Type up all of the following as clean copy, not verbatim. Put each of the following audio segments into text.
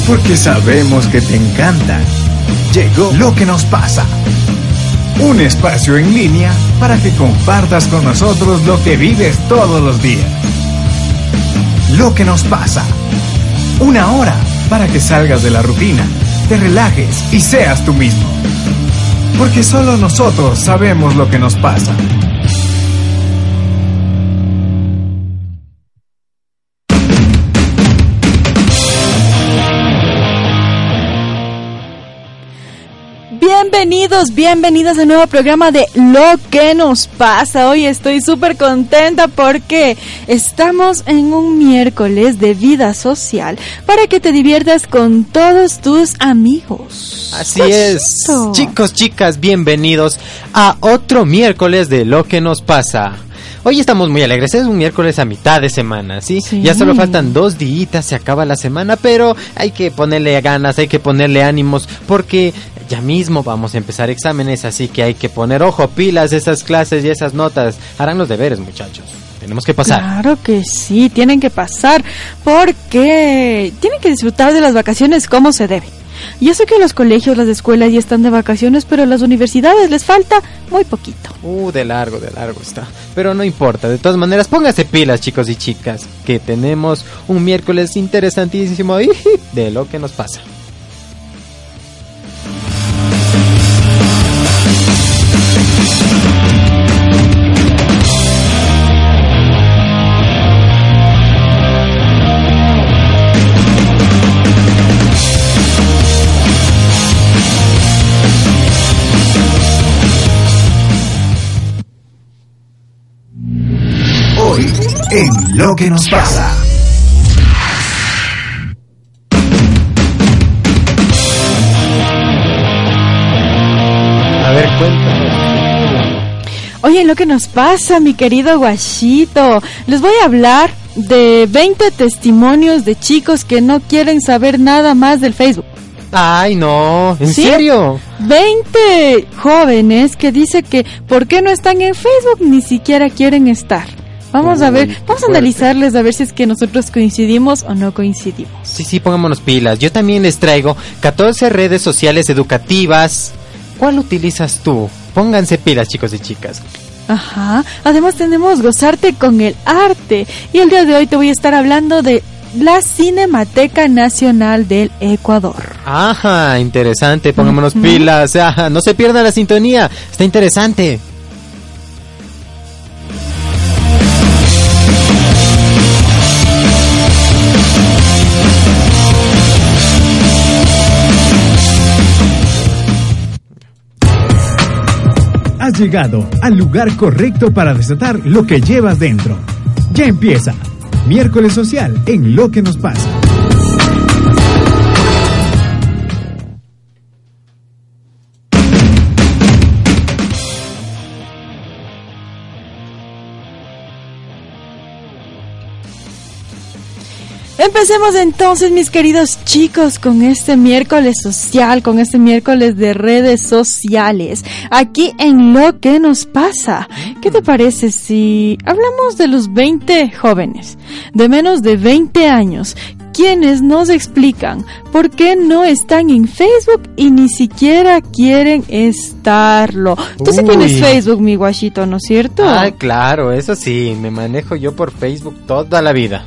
porque sabemos que te encanta. Llegó Lo que nos pasa. Un espacio en línea para que compartas con nosotros lo que vives todos los días. Lo que nos pasa. Una hora para que salgas de la rutina, te relajes y seas tú mismo. Porque solo nosotros sabemos lo que nos pasa. Bienvenidos a un nuevo programa de Lo que nos pasa. Hoy estoy súper contenta porque estamos en un miércoles de vida social para que te diviertas con todos tus amigos. Así es, chicos, chicas, bienvenidos a otro miércoles de Lo que nos pasa. Hoy estamos muy alegres, es un miércoles a mitad de semana, ¿sí? Ya solo faltan 2 días, se acaba la semana, pero hay que ponerle ganas, hay que ponerle ánimos, porque ya mismo vamos a empezar exámenes, así que hay que poner ojo, pilas, esas clases y esas notas. Harán los deberes, muchachos. Tenemos que pasar. Claro que sí, tienen que pasar, porque tienen que disfrutar de las vacaciones como se debe. Yo sé que los colegios, las escuelas ya están de vacaciones, pero a las universidades les falta muy poquito. De largo está. Pero no importa, de todas maneras, pónganse pilas, chicos y chicas, que tenemos un miércoles interesantísimo de lo que nos pasa. En Lo que nos pasa. A ver, cuéntanos. Oye, en Lo que nos pasa, mi querido Guachito, les voy a hablar de 20 testimonios de chicos que no quieren saber nada más del Facebook. Ay, no, ¿en serio? 20 jóvenes que dicen que ¿por qué no están en Facebook? Ni siquiera quieren estar. Vamos a ver, vamos a analizarles a ver si es que nosotros coincidimos o no coincidimos. Sí, pongámonos pilas. Yo también les traigo 14 redes sociales educativas. ¿Cuál utilizas tú? Pónganse pilas, chicos y chicas. Ajá, además tenemos Gozarte con el arte. Y el día de hoy te voy a estar hablando de la Cinemateca Nacional del Ecuador. Ajá, interesante, pongámonos pilas. Ajá, no se pierda la sintonía, está interesante. Has llegado al lugar correcto para desatar lo que llevas dentro. Ya empieza Miércoles Social en Lo que nos pasa. Empecemos entonces, mis queridos chicos, con este miércoles social, con este miércoles de redes sociales, aquí en Lo que nos pasa. ¿Qué te parece si hablamos de los 20 jóvenes de menos de 20 años, quienes nos explican por qué no están en Facebook y ni siquiera quieren estarlo? Tú sí tienes Facebook, mi Guachito, ¿no es cierto? Ah, claro, eso sí, me manejo yo por Facebook toda la vida.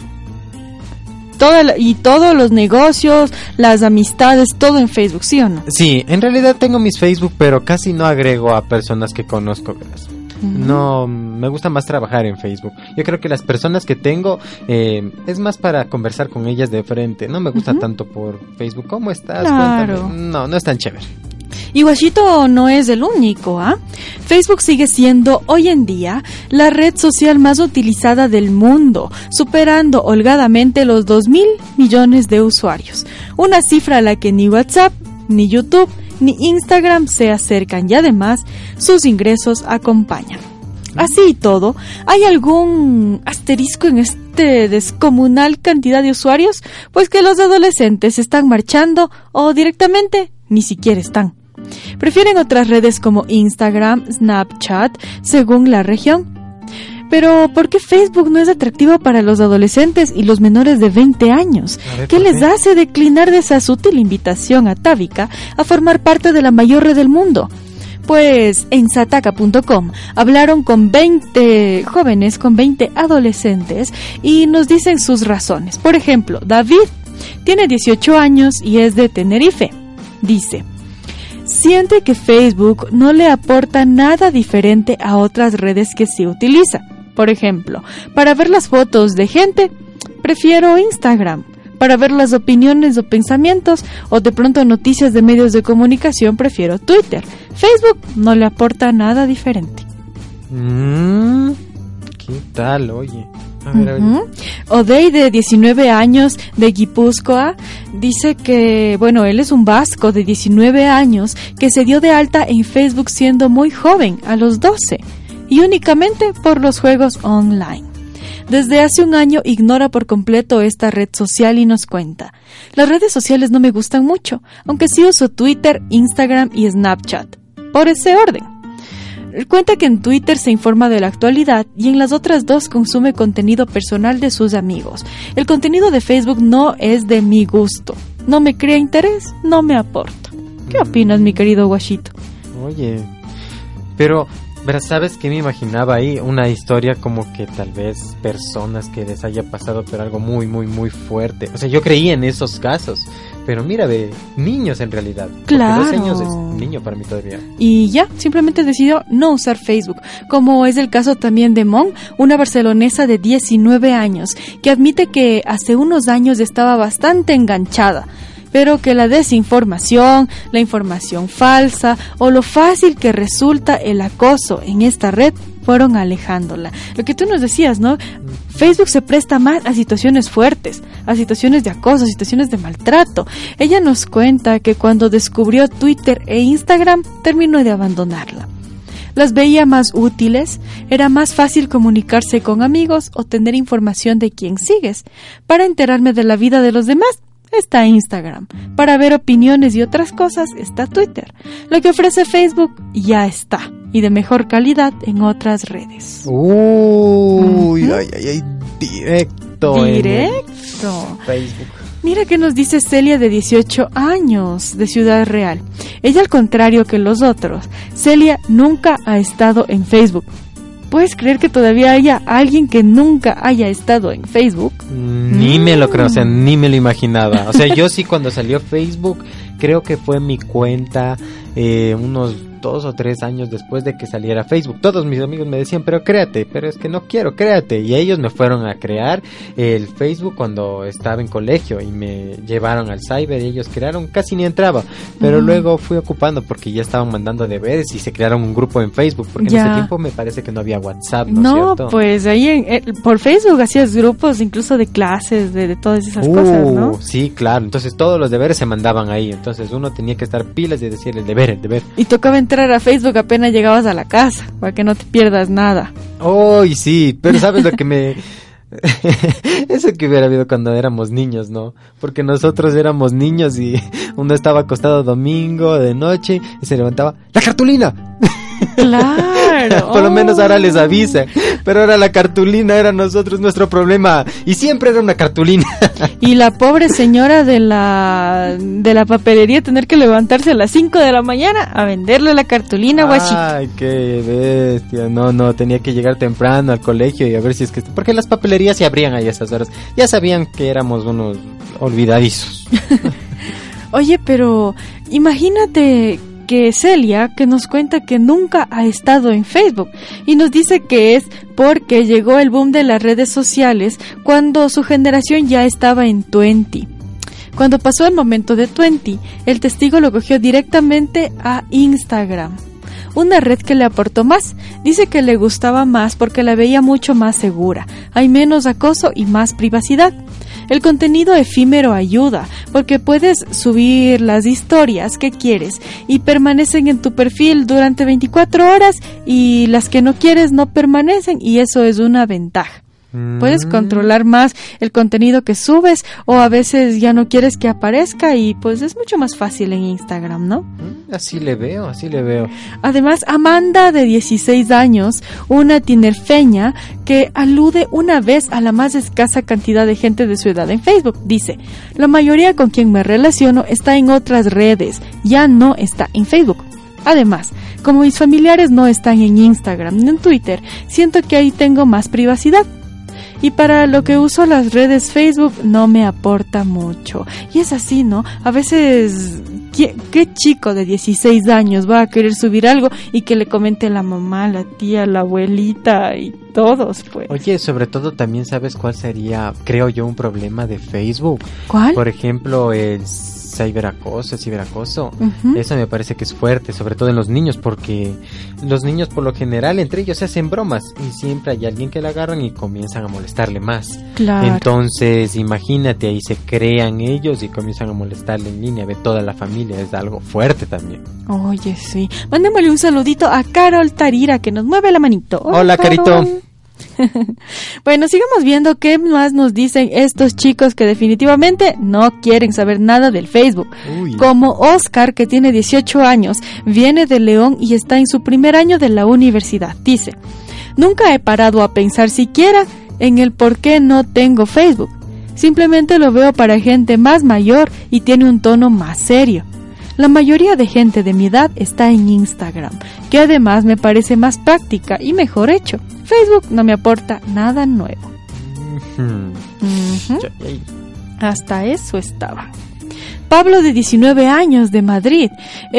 Todos los negocios, las amistades, todo en Facebook, ¿sí o no? Sí, en realidad tengo mis Facebook, pero casi no agrego a personas que conozco, ¿verdad? No, me gusta más trabajar en Facebook. Yo creo que las personas que tengo es más para conversar con ellas de frente. No me gusta tanto por Facebook. ¿Cómo estás? Claro. Cuéntame. No es tan chévere. Y Guachito no es el único, ¿ah? Facebook sigue siendo hoy en día la red social más utilizada del mundo, superando holgadamente los 2.000 millones de usuarios. Una cifra a la que ni WhatsApp, ni YouTube, ni Instagram se acercan, y además sus ingresos acompañan. Así y todo, ¿hay algún asterisco en este descomunal cantidad de usuarios? Pues que los adolescentes están marchando o directamente ni siquiera están. Prefieren otras redes como Instagram, Snapchat, según la región. Pero ¿por qué Facebook no es atractivo para los adolescentes y los menores de 20 años? ¿Qué les hace declinar de esa sutil invitación atávica a formar parte de la mayor red del mundo? Pues en sataka.com hablaron con 20 jóvenes, con 20 adolescentes y nos dicen sus razones. Por ejemplo, David tiene 18 años y es de Tenerife. Dice: siente que Facebook no le aporta nada diferente a otras redes que sí utiliza. Por ejemplo, para ver las fotos de gente, prefiero Instagram. Para ver las opiniones o pensamientos o de pronto noticias de medios de comunicación, prefiero Twitter. Facebook no le aporta nada diferente. ¿Qué tal? Oye. A ver. Odey, de 19 años, de Guipúzcoa, dice que, bueno, él es un vasco de 19 años que se dio de alta en Facebook siendo muy joven, a los 12, y únicamente por los juegos online. Desde hace un año ignora por completo esta red social y nos cuenta: las redes sociales no me gustan mucho, aunque sí uso Twitter, Instagram y Snapchat, por ese orden. Cuenta que en Twitter se informa de la actualidad y en las otras dos consume contenido personal de sus amigos. El contenido de Facebook no es de mi gusto, no me crea interés, no me aporta. ¿Qué opinas, mi querido Guachito? Oye, pero ¿sabes qué me imaginaba ahí? Una historia como que tal vez personas que les haya pasado pero algo muy, muy, muy fuerte. O sea, yo creí en esos casos, pero mira, de niños en realidad. Claro. Porque 12 años es niño para mí todavía. Y ya, simplemente decidió no usar Facebook, como es el caso también de Mon, una barcelonesa de 19 años, que admite que hace unos años estaba bastante enganchada, pero que la desinformación, la información falsa o lo fácil que resulta el acoso en esta red fueron alejándola. Lo que tú nos decías, ¿no? Facebook se presta más a situaciones fuertes, a situaciones de acoso, a situaciones de maltrato. Ella nos cuenta que cuando descubrió Twitter e Instagram, terminó de abandonarla. Las veía más útiles, era más fácil comunicarse con amigos o tener información de quién sigues. Para enterarme de la vida de los demás, está Instagram. Para ver opiniones y otras cosas está Twitter. Lo que ofrece Facebook ya está, y de mejor calidad en otras redes. Uy, ay, directo. Facebook. Mira que nos dice Celia, de 18 años, de Ciudad Real. Ella, al contrario que los otros, Celia nunca ha estado en Facebook. ¿Puedes creer que todavía haya alguien que nunca haya estado en Facebook? Ni me lo creo, o sea, ni me lo imaginaba. O sea, yo sí, cuando salió Facebook, creo que fue mi cuenta unos 2 o 3 años después de que saliera Facebook. Todos mis amigos me decían, pero créate, pero es que no quiero, créate. Y ellos me fueron a crear el Facebook cuando estaba en colegio y me llevaron al cyber y ellos crearon, casi ni entraba, pero luego fui ocupando porque ya estaban mandando deberes y se crearon un grupo en Facebook, porque en ese tiempo me parece que no había WhatsApp, ¿no es cierto? Pues ahí por Facebook hacías grupos incluso de clases, de todas esas cosas, ¿no? Sí, claro, entonces todos los deberes se mandaban ahí, entonces uno tenía que estar pilas y decir el deber. Y tocaba entrar a Facebook apenas llegabas a la casa, para que no te pierdas nada. Sí, pero ¿sabes lo que me... Eso que hubiera habido cuando éramos niños, ¿no? Porque nosotros éramos niños y uno estaba acostado domingo de noche y se levantaba ¡la cartulina! Claro. Por lo menos ahora les avisa. Pero ahora la cartulina era nuestro problema. Y siempre era una cartulina. Y la pobre señora de la papelería tener que levantarse a las 5 de la mañana a venderle la cartulina, Guachito. Ay, qué bestia. No, tenía que llegar temprano al colegio y a ver si es que... Porque las papelerías se abrían ahí a esas horas. Ya sabían que éramos unos olvidadizos. Oye, pero imagínate que Celia, que nos cuenta que nunca ha estado en Facebook y nos dice que es porque llegó el boom de las redes sociales cuando su generación ya estaba en 20. Cuando pasó el momento de 20, el testigo lo cogió directamente a Instagram, una red que le aportó más. Dice que le gustaba más porque la veía mucho más segura, hay menos acoso y más privacidad. El contenido efímero ayuda, porque puedes subir las historias que quieres y permanecen en tu perfil durante 24 horas y las que no quieres no permanecen, y eso es una ventaja. Puedes controlar más el contenido que subes, o a veces ya no quieres que aparezca, y pues es mucho más fácil en Instagram, ¿no? Así le veo. Además, Amanda, de 16 años, una tinerfeña que alude una vez a la más escasa cantidad de gente de su edad en Facebook, dice: la mayoría con quien me relaciono está en otras redes, ya no está en Facebook. Además, como mis familiares no están en Instagram ni en Twitter, siento que ahí tengo más privacidad. Y para lo que uso las redes, Facebook no me aporta mucho. Y es así, ¿no? A veces, ¿qué chico de 16 años va a querer subir algo y que le comente la mamá, la tía, la abuelita y todos, pues? Oye, sobre todo también sabes cuál sería, creo yo, un problema de Facebook. ¿Cuál? Por ejemplo, el ciberacoso. Eso me parece que es fuerte, sobre todo en los niños, porque los niños por lo general entre ellos se hacen bromas y siempre hay alguien que la agarran y comienzan a molestarle más. Claro. Entonces, imagínate, ahí se crean ellos y comienzan a molestarle en línea, de toda la familia, es algo fuerte también. Oye, sí. Mándamele un saludito a Carol Tarira, que nos mueve la manito. Hola Carito. Bueno, sigamos viendo qué más nos dicen estos chicos que definitivamente no quieren saber nada del Facebook. Como Oscar, que tiene 18 años, viene de León y está en su primer año de la universidad. Dice: nunca he parado a pensar siquiera en el por qué no tengo Facebook. Simplemente lo veo para gente más mayor y tiene un tono más serio. La mayoría de gente de mi edad está en Instagram, que además me parece más práctica y mejor hecho. Facebook no me aporta nada nuevo. Hasta eso estaba. Pablo, de 19 años, de Madrid.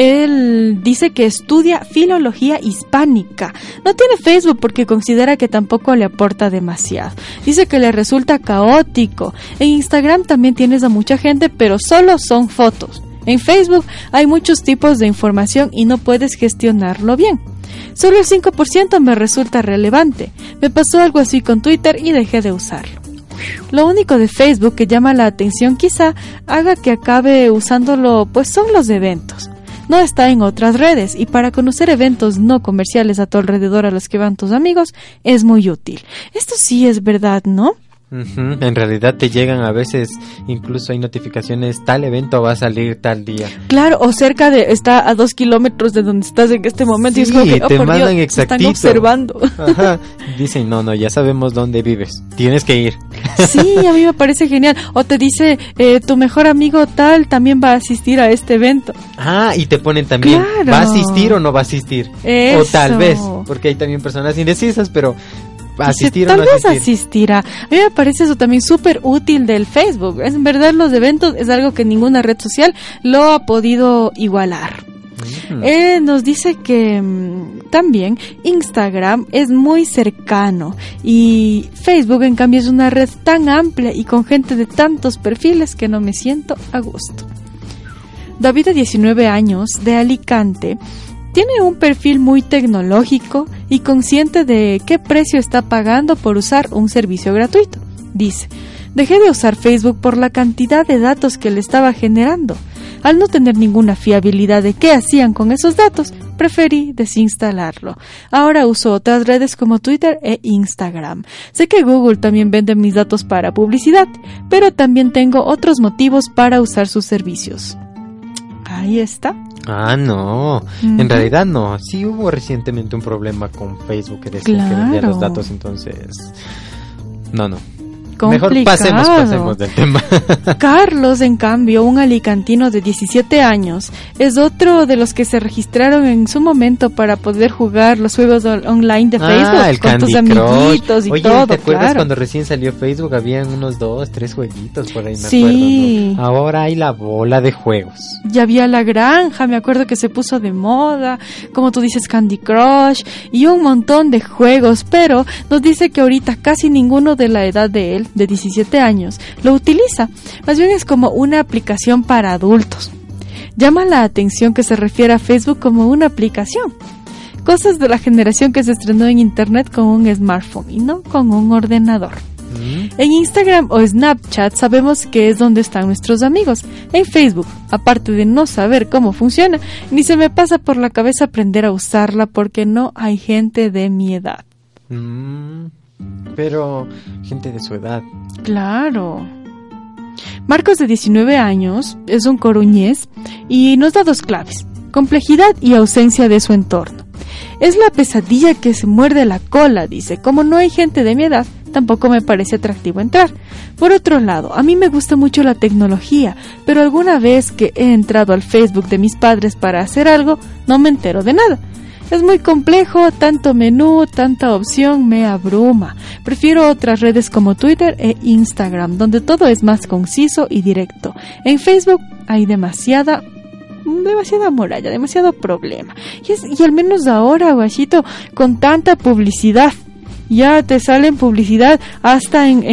Él dice que estudia filología hispánica. No tiene Facebook porque considera que tampoco le aporta demasiado. Dice que le resulta caótico. En Instagram también tienes a mucha gente, pero solo son fotos. En Facebook hay muchos tipos de información y no puedes gestionarlo bien. Solo el 5% me resulta relevante. Me pasó algo así con Twitter y dejé de usarlo. Lo único de Facebook que llama la atención, quizá haga que acabe usándolo, pues son los eventos. No está en otras redes, y para conocer eventos no comerciales a tu alrededor a los que van tus amigos es muy útil. Esto sí es verdad, ¿no? En realidad te llegan a veces, incluso hay notificaciones, tal evento va a salir tal día. Claro, o cerca de, está a 2 kilómetros de donde estás en este momento. Sí, y es como que, te mandan exactito. Están observando. Ajá. Dicen, no, ya sabemos dónde vives, tienes que ir. Sí, a mí me parece genial. O te dice, tu mejor amigo tal también va a asistir a este evento. Ah, y te ponen también, claro. ¿va a asistir o no va a asistir? Eso. O tal vez, porque hay también personas indecisas, pero... ¿asistir tal o no vez asistir? asistirá. A mí me parece eso también súper útil del Facebook. En verdad, los eventos es algo que ninguna red social lo ha podido igualar. Nos dice que también Instagram es muy cercano y Facebook, en cambio, es una red tan amplia y con gente de tantos perfiles que no me siento a gusto. David, de 19 años, de Alicante, tiene un perfil muy tecnológico y consciente de qué precio está pagando por usar un servicio gratuito. Dice: dejé de usar Facebook por la cantidad de datos que le estaba generando. Al no tener ninguna fiabilidad de qué hacían con esos datos, preferí desinstalarlo. Ahora uso otras redes como Twitter e Instagram. Sé que Google también vende mis datos para publicidad, pero también tengo otros motivos para usar sus servicios. Ahí está. Ah, no. En realidad no. Sí hubo recientemente un problema con Facebook que decían que vendía los datos, entonces... No. Complicado. Mejor pasemos del tema. Carlos, en cambio, un alicantino de 17 años, es otro de los que se registraron en su momento para poder jugar los juegos online de Facebook el con Candy tus amiguitos Crush. y todo. ¿Te acuerdas claro. cuando recién salió Facebook? Habían unos 2, 3 jueguitos por ahí, me sí. acuerdo, ¿no? Ahora hay la bola de juegos. Ya había la granja, me acuerdo que se puso de moda, como tú dices, Candy Crush y un montón de juegos, pero nos dice que ahorita casi ninguno de la edad de él, de 17 años, lo utiliza. Más bien es como una aplicación para adultos. Llama la atención que se refiere a Facebook como una aplicación. Cosas de la generación que se estrenó en internet con un smartphone y no con un ordenador. En Instagram o Snapchat sabemos que es donde están nuestros amigos. En Facebook, aparte de no saber cómo funciona, ni se me pasa por la cabeza aprender a usarla porque no hay gente de mi edad. Pero gente de su edad. Claro. Marcos, de 19 años, es un coruñés y nos da 2 claves: complejidad y ausencia de su entorno. Es la pesadilla que se muerde la cola, dice. Como no hay gente de mi edad, tampoco me parece atractivo entrar. Por otro lado, a mí me gusta mucho la tecnología, pero alguna vez que he entrado al Facebook de mis padres para hacer algo, no me entero de nada. Es muy complejo, tanto menú, tanta opción, me abruma. Prefiero otras redes como Twitter e Instagram, donde todo es más conciso y directo. En Facebook hay demasiada muralla, demasiado problema. Y al menos ahora, guachito, con tanta publicidad, ya te salen publicidad hasta en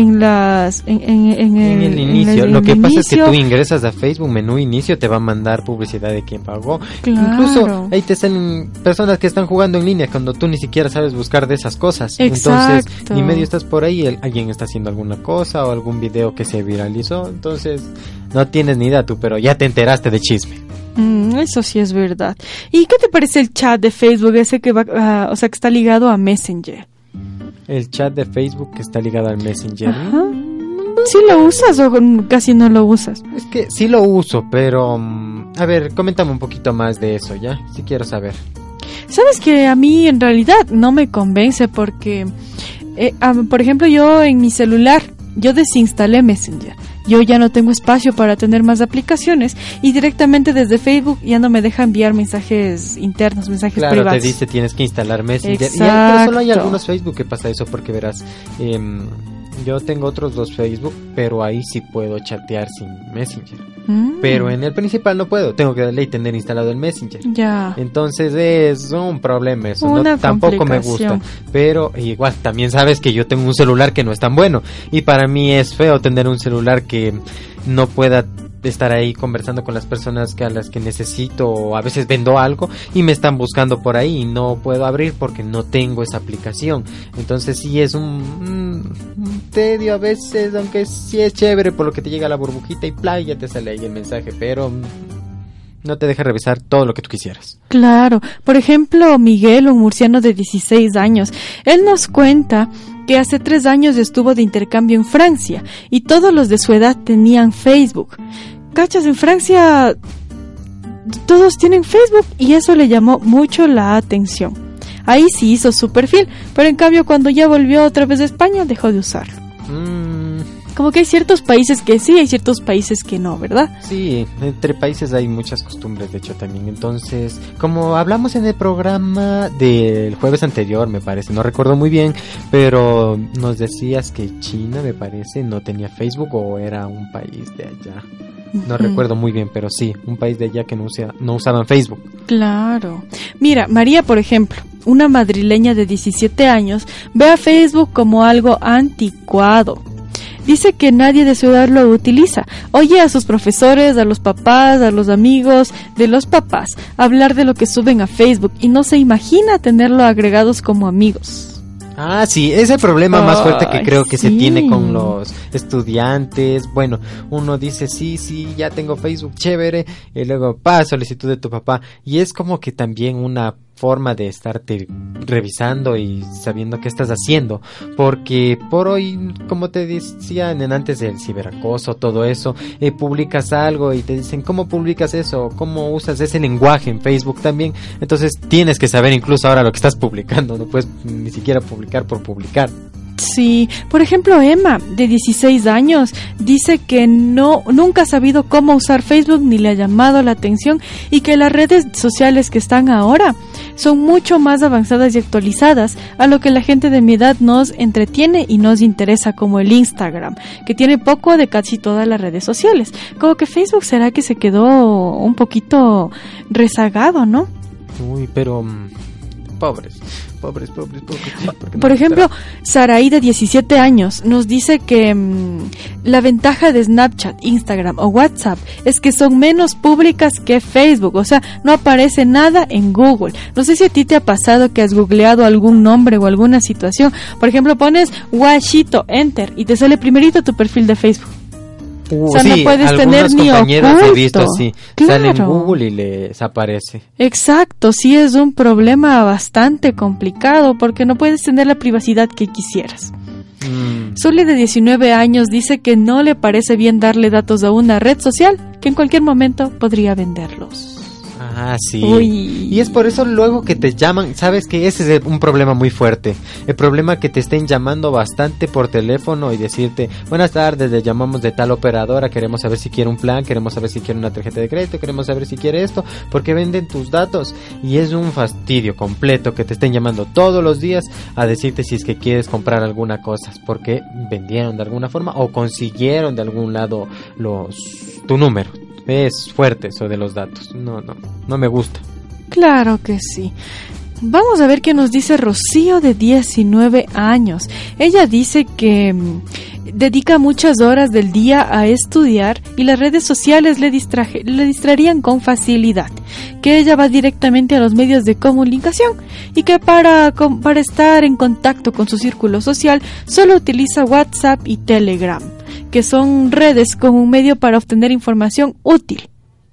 el inicio. Lo que pasa es que tú ingresas a Facebook, menú inicio, te va a mandar publicidad de quién pagó. Claro. Incluso ahí te salen personas que están jugando en línea cuando tú ni siquiera sabes buscar de esas cosas. Exacto. Entonces, ni medio estás por ahí, alguien está haciendo alguna cosa o algún video que se viralizó. Entonces, no tienes ni idea tú, pero ya te enteraste de chisme. Eso sí es verdad. ¿Y qué te parece el chat de Facebook ese que va, que está ligado a Messenger? El chat de Facebook que está ligado al Messenger. Ajá. ¿Sí lo usas o casi no lo usas? Es que sí lo uso, pero... a ver, coméntame un poquito más de eso, ¿ya? Si quiero saber. Sabes que a mí en realidad no me convence porque... por ejemplo, yo en mi celular, yo desinstalé Messenger. Yo ya no tengo espacio para tener más aplicaciones y directamente desde Facebook ya no me deja enviar mensajes internos, mensajes privados. Claro, te dice tienes que instalar Messenger. Exacto. Pero solo hay algunos Facebook que pasa eso porque verás, yo tengo otros 2 Facebook, pero ahí sí puedo chatear sin Messenger. Pero en el principal no puedo, tengo que darle y tener instalado el Messenger. Ya. Entonces es un problema eso, tampoco me gusta. Pero igual también sabes que yo tengo un celular que no es tan bueno y para mí es feo tener un celular que no pueda estar ahí conversando con las personas a las que necesito, o a veces vendo algo y me están buscando por ahí y no puedo abrir porque no tengo esa aplicación. Entonces sí es un tedio a veces, aunque sí es chévere por lo que te llega la burbujita y ya te sale ahí el mensaje, pero no te deja revisar todo lo que tú quisieras. Claro. Por ejemplo, Miguel, un murciano de 16 años, él nos cuenta que hace 3 años estuvo de intercambio en Francia y todos los de su edad tenían Facebook. ¿Cachas? En Francia todos tienen Facebook y eso le llamó mucho la atención. Ahí sí hizo su perfil, pero en cambio cuando ya volvió otra vez a España dejó de usarlo. Como que hay ciertos países que sí, hay ciertos países que no, ¿verdad? Sí, entre países hay muchas costumbres, de hecho, también. Entonces, como hablamos en el programa del jueves anterior, me parece, no recuerdo muy bien, pero nos decías que China, me parece, no tenía Facebook o era un país de allá. No recuerdo muy bien, pero sí, un país de allá que no usaban Facebook. Claro. Mira, María, por ejemplo, una madrileña de 17 años, ve a Facebook como algo anticuado. Dice que nadie de su edad lo utiliza. Oye a sus profesores, a los papás, a los amigos de los papás hablar de lo que suben a Facebook y no se imagina tenerlo agregados como amigos. Ah, sí, es el problema más fuerte que creo que se tiene con los estudiantes. Bueno, uno dice, sí, ya tengo Facebook, chévere, y luego, solicitud de tu papá. Y es como que también una forma de estarte revisando y sabiendo qué estás haciendo, porque por hoy, como te decía antes del ciberacoso, todo eso, publicas algo y te dicen ¿cómo publicas eso? ¿Cómo usas ese lenguaje en Facebook también? Entonces tienes que saber incluso ahora lo que estás publicando, no puedes ni siquiera publicar por publicar. Sí, por ejemplo, Emma, de 16 años, dice que nunca ha sabido cómo usar Facebook ni le ha llamado la atención y que las redes sociales que están ahora son mucho más avanzadas y actualizadas a lo que la gente de mi edad nos entretiene y nos interesa, como el Instagram, que tiene poco de casi todas las redes sociales. Como que Facebook será que se quedó un poquito rezagado, ¿no? Uy, pero pobres. Por ejemplo, Saraí, de 17 años, nos dice que la ventaja de Snapchat, Instagram o WhatsApp es que son menos públicas que Facebook, o sea, no aparece nada en Google. No sé si a ti te ha pasado que has googleado algún nombre o alguna situación. Por ejemplo, pones Guachito, enter, y te sale primerito tu perfil de Facebook. O sea, no puedes tener ni compañeros oculto. He visto así, sale en Google y les aparece. Exacto, sí es un problema bastante complicado porque no puedes tener la privacidad que quisieras. Zully, de 19 años, dice que no le parece bien darle datos a una red social que en cualquier momento podría venderlos. Ah, sí. Uy. Y es por eso luego que te llaman, sabes que ese es un problema muy fuerte. El problema que te estén llamando bastante por teléfono y decirte, buenas tardes, le llamamos de tal operadora, queremos saber si quiere un plan, queremos saber si quiere una tarjeta de crédito, queremos saber si quiere esto, porque venden tus datos. Y es un fastidio completo que te estén llamando todos los días a decirte si es que quieres comprar alguna cosa, porque vendieron de alguna forma o consiguieron de algún lado tu número. Es fuerte eso de los datos. No me gusta. Claro que sí. Vamos a ver qué nos dice Rocío, de 19 años. Ella dice que dedica muchas horas del día a estudiar y las redes sociales le distraerían con facilidad. Que ella va directamente a los medios de comunicación y que para estar en contacto con su círculo social solo utiliza WhatsApp y Telegram, que son redes como un medio para obtener información útil.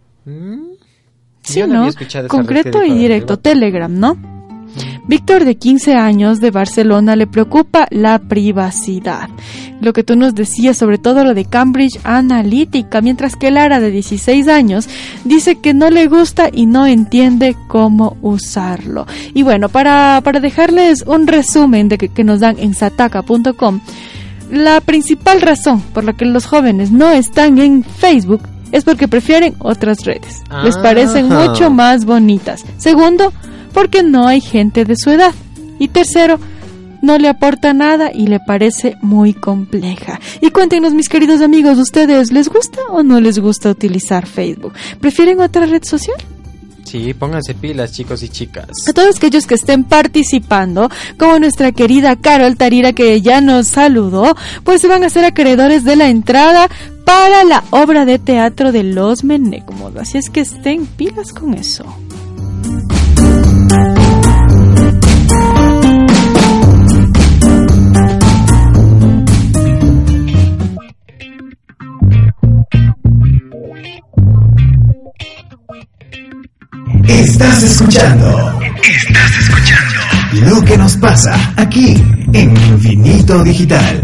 Sí, ¿no? Concreto y directo, Telegram, ¿no? Víctor, de 15 años, de Barcelona, le preocupa la privacidad. Lo que tú nos decías, sobre todo lo de Cambridge Analytica, mientras que Lara, de 16 años, dice que no le gusta y no entiende cómo usarlo. Y bueno, para dejarles un resumen de que nos dan en sataka.com, la principal razón por la que los jóvenes no están en Facebook es porque prefieren otras redes. Les parecen mucho más bonitas. Segundo, porque no hay gente de su edad. Y tercero, no le aporta nada y le parece muy compleja. Y cuéntenos, mis queridos amigos, ¿ustedes les gusta o no les gusta utilizar Facebook? ¿Prefieren otra red social? Sí, pónganse pilas, chicos y chicas. A todos aquellos que estén participando, como nuestra querida Carol Tarira, que ya nos saludó, pues se van a ser acreedores de la entrada para la obra de teatro de Los Menegmos. Así es que estén pilas con eso. Estás escuchando lo que nos pasa aquí en Infinito Digital.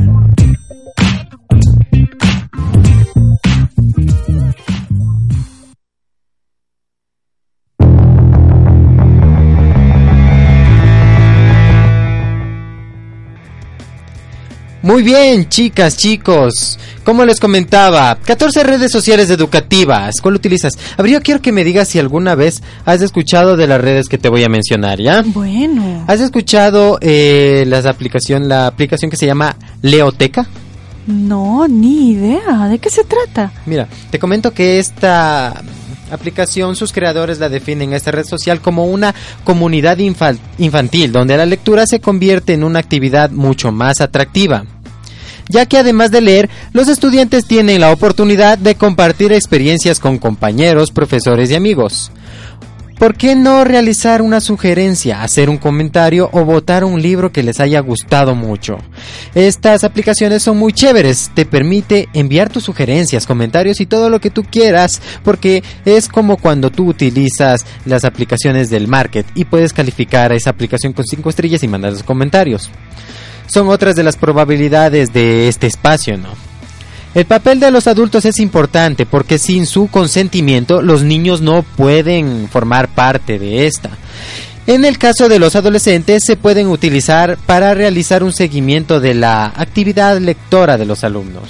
Muy bien, chicas, chicos. Como les comentaba, 14 redes sociales educativas. ¿Cuál utilizas? A ver, yo quiero que me digas si alguna vez has escuchado de las redes que te voy a mencionar, ¿ya? Bueno. ¿Has escuchado la aplicación que se llama Leoteca? No, ni idea. ¿De qué se trata? Mira, te comento que esta aplicación, sus creadores la definen a esta red social como una comunidad infantil, donde la lectura se convierte en una actividad mucho más atractiva, ya que además de leer, los estudiantes tienen la oportunidad de compartir experiencias con compañeros, profesores y amigos. ¿Por qué no realizar una sugerencia, hacer un comentario o votar un libro que les haya gustado mucho? Estas aplicaciones son muy chéveres, te permite enviar tus sugerencias, comentarios y todo lo que tú quieras, porque es como cuando tú utilizas las aplicaciones del Market y puedes calificar a esa aplicación con 5 estrellas y mandar los comentarios. Son otras de las probabilidades de este espacio, ¿no? El papel de los adultos es importante porque sin su consentimiento los niños no pueden formar parte de esta. En el caso de los adolescentes se pueden utilizar para realizar un seguimiento de la actividad lectora de los alumnos.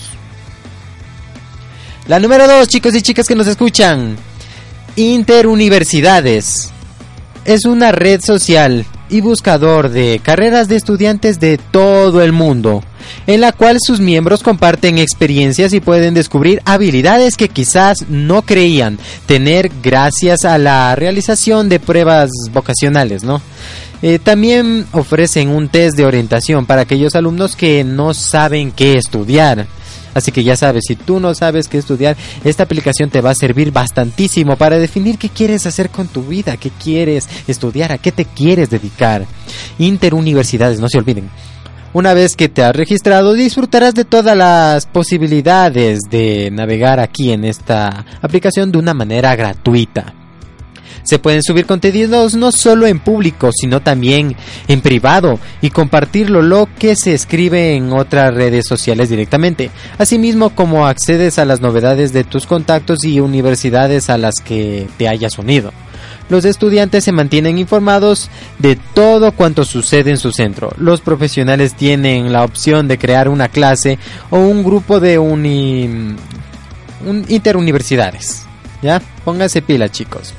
La número 2, chicos y chicas que nos escuchan. Interuniversidades. Es una red social y buscador de carreras de estudiantes de todo el mundo, en la cual sus miembros comparten experiencias y pueden descubrir habilidades que quizás no creían tener gracias a la realización de pruebas vocacionales, ¿no? También ofrecen un test de orientación para aquellos alumnos que no saben qué estudiar. Así que ya sabes, si tú no sabes qué estudiar, esta aplicación te va a servir bastantísimo para definir qué quieres hacer con tu vida, qué quieres estudiar, a qué te quieres dedicar. Interuniversidades, no se olviden. Una vez que te has registrado, disfrutarás de todas las posibilidades de navegar aquí en esta aplicación de una manera gratuita. Se pueden subir contenidos no solo en público, sino también en privado y compartirlo, lo que se escribe en otras redes sociales directamente. Asimismo, como accedes a las novedades de tus contactos y universidades a las que te hayas unido. Los estudiantes se mantienen informados de todo cuanto sucede en su centro. Los profesionales tienen la opción de crear una clase o un grupo de interuniversidades. ¿Ya? Pónganse pila, chicos.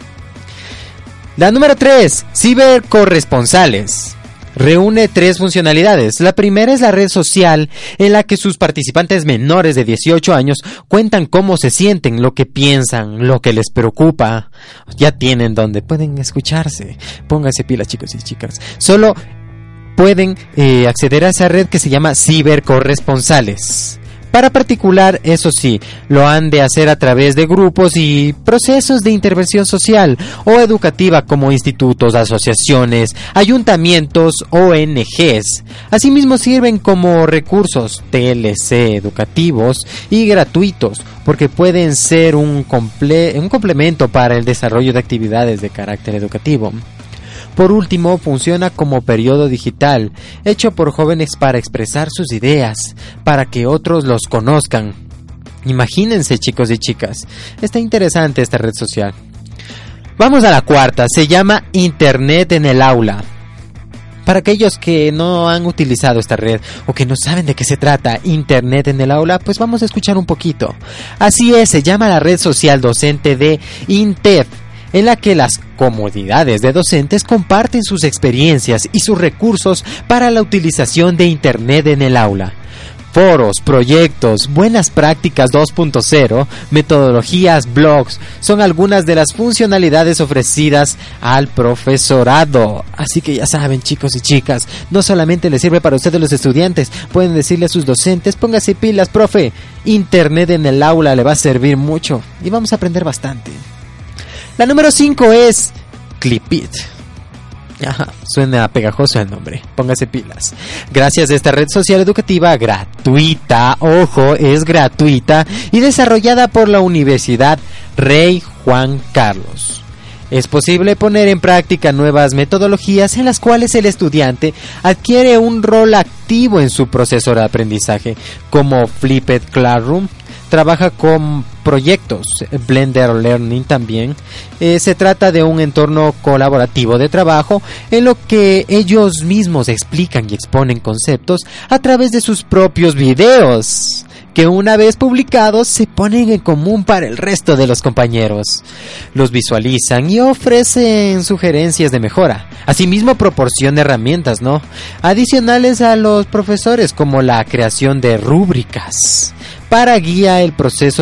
La número 3, cibercorresponsales. Reúne 3 funcionalidades. La primera es la red social en la que sus participantes menores de 18 años cuentan cómo se sienten, lo que piensan, lo que les preocupa. Ya tienen donde pueden escucharse. Pónganse pilas, chicos y chicas. Solo pueden acceder a esa red que se llama cibercorresponsales. Para particular, eso sí, lo han de hacer a través de grupos y procesos de intervención social o educativa como institutos, asociaciones, ayuntamientos, ONGs. Asimismo sirven como recursos TLC educativos y gratuitos, porque pueden ser un complemento para el desarrollo de actividades de carácter educativo. Por último, funciona como periodo digital, hecho por jóvenes para expresar sus ideas, para que otros los conozcan. Imagínense, chicos y chicas, está interesante esta red social. Vamos a la cuarta, se llama Internet en el aula. Para aquellos que no han utilizado esta red o que no saben de qué se trata Internet en el aula, pues vamos a escuchar un poquito. Así es, se llama la red social docente de INTEF, en la que las comunidades de docentes comparten sus experiencias y sus recursos para la utilización de Internet en el aula. Foros, proyectos, buenas prácticas 2.0, metodologías, blogs, son algunas de las funcionalidades ofrecidas al profesorado. Así que ya saben, chicos y chicas, no solamente les sirve para ustedes los estudiantes, pueden decirle a sus docentes, póngase pilas, profe, Internet en el aula le va a servir mucho y vamos a aprender bastante. La número 5 es Clipit. Ajá, suena pegajoso el nombre, póngase pilas. Gracias a esta red social educativa gratuita, ojo, es gratuita y desarrollada por la Universidad Rey Juan Carlos, es posible poner en práctica nuevas metodologías en las cuales el estudiante adquiere un rol activo en su proceso de aprendizaje, como Flipped Classroom. Trabaja con proyectos, Blender Learning también. Se trata de un entorno colaborativo de trabajo en lo que ellos mismos explican y exponen conceptos a través de sus propios videos, que una vez publicados se ponen en común para el resto de los compañeros. Los visualizan y ofrecen sugerencias de mejora. Asimismo proporciona herramientas, adicionales a los profesores, como la creación de rúbricas para una guía de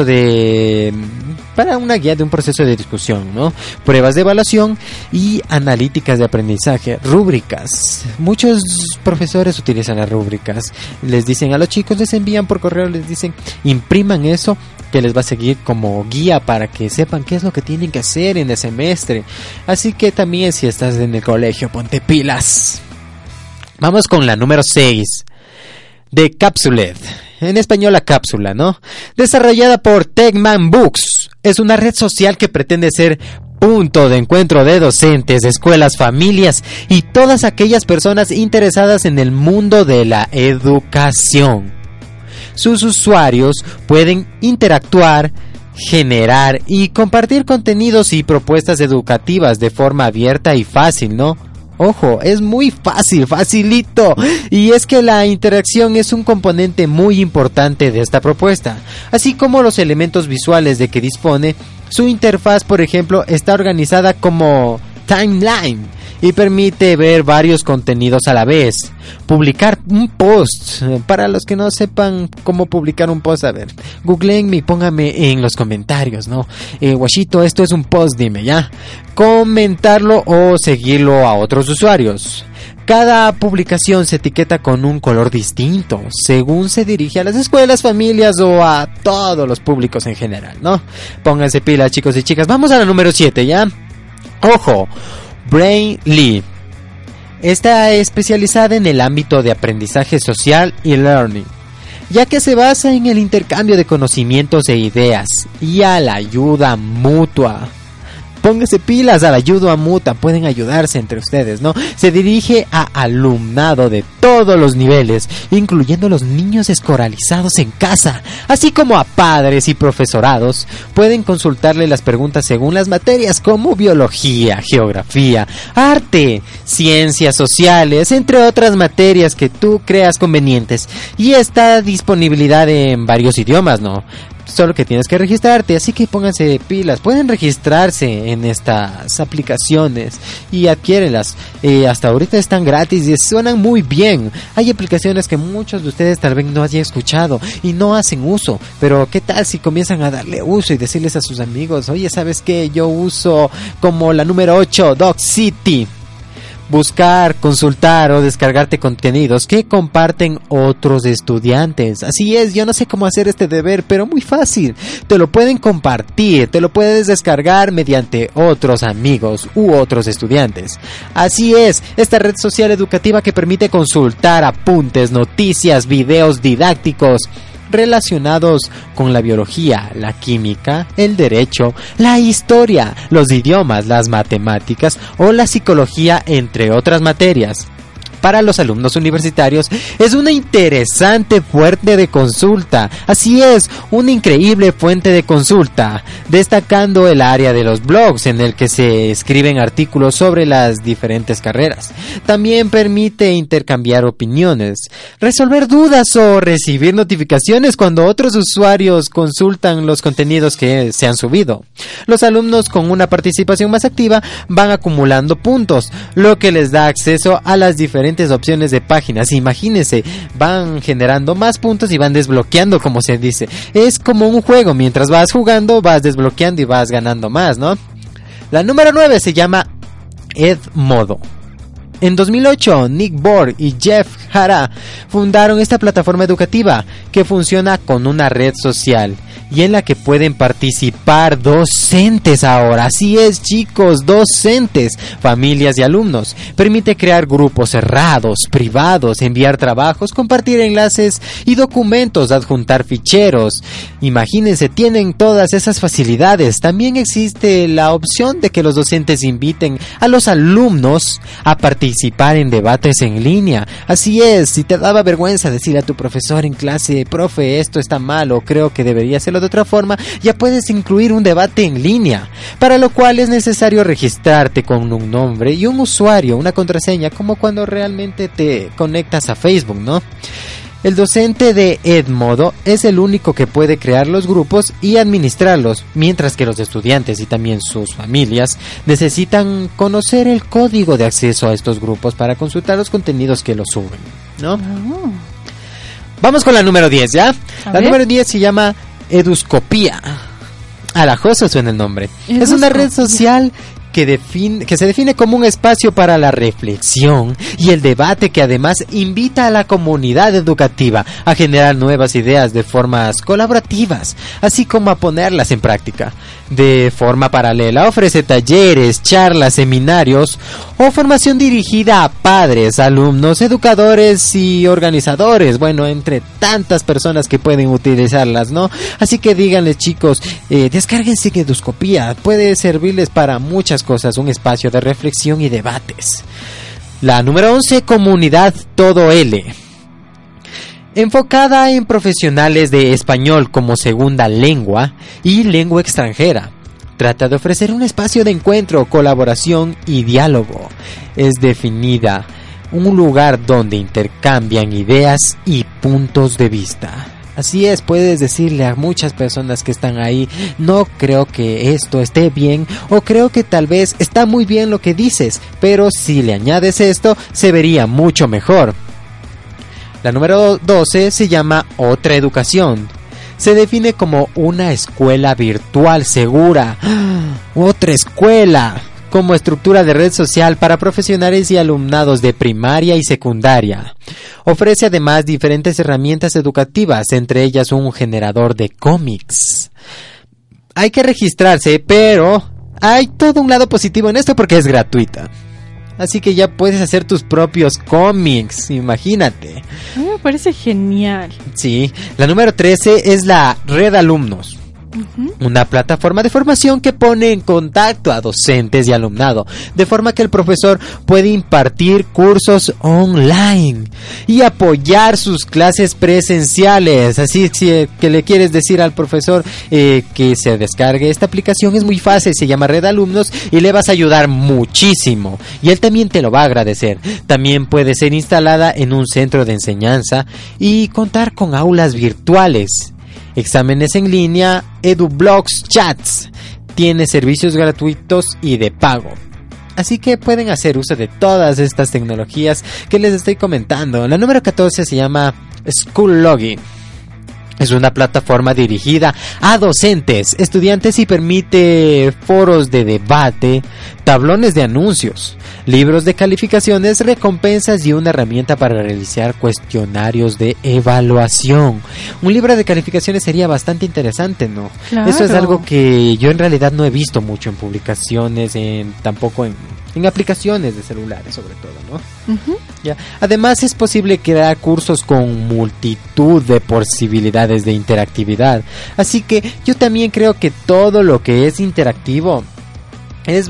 un proceso de discusión, pruebas de evaluación y analíticas de aprendizaje, rúbricas. Muchos profesores utilizan las rúbricas, les dicen a los chicos, les envían por correo, les dicen, impriman eso que les va a seguir como guía para que sepan qué es lo que tienen que hacer en el semestre. Así que también si estás en el colegio, ponte pilas. Vamos con la número 6, de Capsulet. En español, la cápsula, desarrollada por Techman Books. Es una red social que pretende ser punto de encuentro de docentes, escuelas, familias y todas aquellas personas interesadas en el mundo de la educación. Sus usuarios pueden interactuar, generar y compartir contenidos y propuestas educativas de forma abierta y fácil, Ojo, es muy fácil, facilito. Y es que la interacción es un componente muy importante de esta propuesta. Así como los elementos visuales de que dispone, su interfaz, por ejemplo, está organizada como timeline y permite ver varios contenidos a la vez. Publicar un post. Para los que no sepan cómo publicar un post, a ver, googleenme y póngame en los comentarios, Guachito, esto es un post, dime, ¿ya? Comentarlo o seguirlo a otros usuarios. Cada publicación se etiqueta con un color distinto, según se dirige a las escuelas, familias o a todos los públicos en general, Pónganse pilas, chicos y chicas. Vamos a la número 7, ¿ya? Ojo, Brainly. Está especializada en el ámbito de aprendizaje social y learning, ya que se basa en el intercambio de conocimientos e ideas y a la ayuda mutua. Póngase pilas, a la ayuda mutua, pueden ayudarse entre ustedes, ¿no? Se dirige a alumnado de todos los niveles, incluyendo los niños escolarizados en casa, así como a padres y profesorados. Pueden consultarle las preguntas según las materias como biología, geografía, arte, ciencias sociales, entre otras materias que tú creas convenientes. Y está disponibilidad en varios idiomas, ¿no? Solo que tienes que registrarte, así que pónganse pilas. Pueden registrarse en estas aplicaciones y adquiérenlas. Hasta ahorita están gratis y suenan muy bien. Hay aplicaciones que muchos de ustedes tal vez no hayan escuchado y no hacen uso, pero ¿qué tal si comienzan a darle uso y decirles a sus amigos: oye, ¿sabes qué? Yo uso como la número 8, Dog City. Buscar, consultar o descargarte contenidos que comparten otros estudiantes. Así es, yo no sé cómo hacer este deber, pero muy fácil. Te lo pueden compartir, te lo puedes descargar mediante otros amigos u otros estudiantes. Así es, esta red social educativa que permite consultar apuntes, noticias, videos didácticos relacionados con la biología, la química, el derecho, la historia, los idiomas, las matemáticas o la psicología, entre otras materias. Para los alumnos universitarios es una interesante fuente de consulta. Así es, una increíble fuente de consulta, destacando el área de los blogs en el que se escriben artículos sobre las diferentes carreras. También permite intercambiar opiniones, resolver dudas o recibir notificaciones cuando otros usuarios consultan los contenidos que se han subido. Los alumnos con una participación más activa van acumulando puntos, lo que les da acceso a las diferentes opciones de páginas. Imagínense, van generando más puntos y van desbloqueando, como se dice. Es como un juego, mientras vas jugando vas desbloqueando y vas ganando más, ¿no? La número 9 se llama Edmodo. En 2008, Nick Borg y Jeff Hara fundaron esta plataforma educativa que funciona con una red social y en la que pueden participar docentes ahora. Así es, chicos, docentes, familias y alumnos. Permite crear grupos cerrados, privados, enviar trabajos, compartir enlaces y documentos, adjuntar ficheros. Imagínense, tienen todas esas facilidades. También existe la opción de que los docentes inviten a los alumnos a participar en debates en línea. Así es, si te daba vergüenza decirle a tu profesor en clase: profe, esto está mal o creo que debería hacerlo de otra forma, ya puedes incluir un debate en línea, para lo cual es necesario registrarte con un nombre y un usuario, una contraseña, como cuando realmente te conectas a Facebook, ¿no? El docente de Edmodo es el único que puede crear los grupos y administrarlos, mientras que los estudiantes y también sus familias necesitan conocer el código de acceso a estos grupos para consultar los contenidos que los suben, ¿no? Oh. Vamos con la número 10, ¿ya? La número 10 se llama Eduscopía. Alajoso suena el nombre. Es una red social que se define como un espacio para la reflexión y el debate, que además invita a la comunidad educativa a generar nuevas ideas de formas colaborativas, así como a ponerlas en práctica. De forma paralela ofrece talleres, charlas, seminarios o formación dirigida a padres, alumnos, educadores y organizadores, bueno, entre tantas personas que pueden utilizarlas, ¿no? Así que díganles, chicos, descárguense Eduscopía, puede servirles para muchas cosas, un espacio de reflexión y debates. La número 11, Comunidad Todo L. Enfocada en profesionales de español como segunda lengua y lengua extranjera. Trata de ofrecer un espacio de encuentro, colaboración y diálogo. Es definida un lugar donde intercambian ideas y puntos de vista. Así es, puedes decirle a muchas personas que están ahí: no creo que esto esté bien, o creo que tal vez está muy bien lo que dices, pero si le añades esto, se vería mucho mejor. La número 12 se llama Otra Educación. Se define como una escuela virtual segura. ¡Otra escuela! Como estructura de red social para profesionales y alumnados de primaria y secundaria. Ofrece además diferentes herramientas educativas, entre ellas un generador de cómics. Hay que registrarse, pero hay todo un lado positivo en esto porque es gratuita. Así que ya puedes hacer tus propios cómics, imagínate. A mí me parece genial. Sí, la número 13 es la Red Alumnos. Una plataforma de formación que pone en contacto a docentes y alumnado, de forma que el profesor puede impartir cursos online y apoyar sus clases presenciales. Así que le quieres decir al profesor que se descargue esta aplicación, es muy fácil, se llama Red Alumnos y le vas a ayudar muchísimo y él también te lo va a agradecer. También puede ser instalada en un centro de enseñanza y contar con aulas virtuales, exámenes en línea, edublogs, chats. Tiene servicios gratuitos y de pago. Así que pueden hacer uso de todas estas tecnologías que les estoy comentando. La número 14 se llama Schoology. Es una plataforma dirigida a docentes, estudiantes y permite foros de debate, tablones de anuncios, libros de calificaciones, recompensas y una herramienta para realizar cuestionarios de evaluación. Un libro de calificaciones sería bastante interesante, ¿no? Claro. Eso es algo que yo en realidad no he visto mucho en publicaciones, tampoco en aplicaciones de celulares sobre todo, ¿no? Ya. Además es posible crear cursos con multitud de posibilidades de interactividad. Así que yo también creo que todo lo que es interactivo es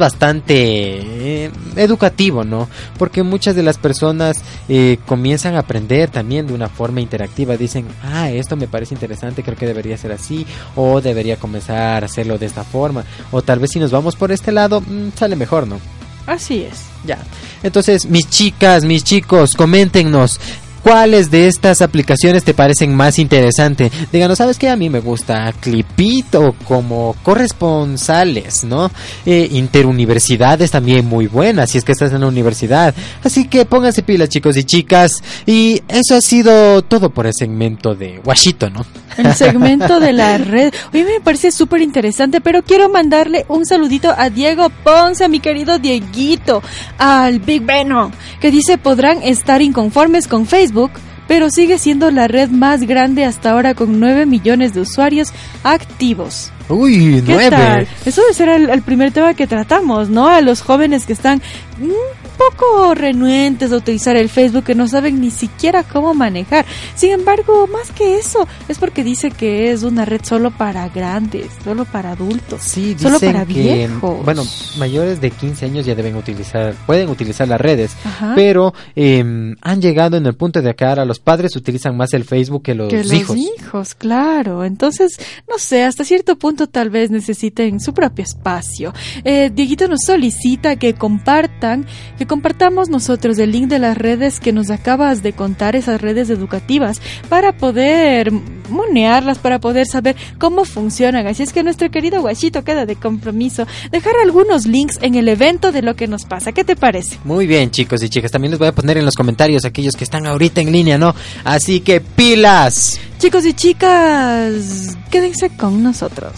bastante educativo, ¿no? Porque muchas de las personas comienzan a aprender también de una forma interactiva. Dicen, esto me parece interesante, creo que debería ser así, o debería comenzar a hacerlo de esta forma, o tal vez si nos vamos por este lado, sale mejor, ¿no? Así es. Ya. Entonces, mis chicas, mis chicos, coméntenos ¿cuáles de estas aplicaciones te parecen más interesantes? Díganos, ¿sabes qué? A mí me gusta Clipito como corresponsales, ¿no? Interuniversidades también muy buenas, si es que estás en la universidad. Así que pónganse pilas, chicos y chicas. Y eso ha sido todo por el segmento de Guachito, ¿no? El segmento de la red. Oye, me parece súper interesante, pero quiero mandarle un saludito a Diego Ponce, a mi querido Dieguito, al Big Beno, que dice, podrán estar inconformes con Facebook, pero sigue siendo la red más grande hasta ahora con 9 millones de usuarios activos. Uy, 9. ¿Qué tal? Eso debe ser el primer tema que tratamos, ¿no? A los jóvenes que están un poco renuentes a utilizar el Facebook, que no saben ni siquiera cómo manejar. Sin embargo, más que eso, es porque dice que es una red solo para grandes, solo para adultos, sí, solo para viejos. Bueno, mayores de 15 años ya pueden utilizar las redes. Ajá. Pero han llegado en el punto de que ahora los padres utilizan más el Facebook que los hijos. Los hijos, claro. Entonces, no sé, hasta cierto punto tal vez necesiten su propio espacio. Dieguito nos solicita que compartamos nosotros el link de las redes que nos acabas de contar, esas redes educativas, para poder monearlas, para poder saber cómo funcionan. Así es que nuestro querido Guachito queda de compromiso dejar algunos links en el evento de Lo que nos pasa. ¿Qué te parece? Muy bien, chicos y chicas. También les voy a poner en los comentarios aquellos que están ahorita en línea, ¿no? Así que pilas. Chicos y chicas, quédense con nosotros.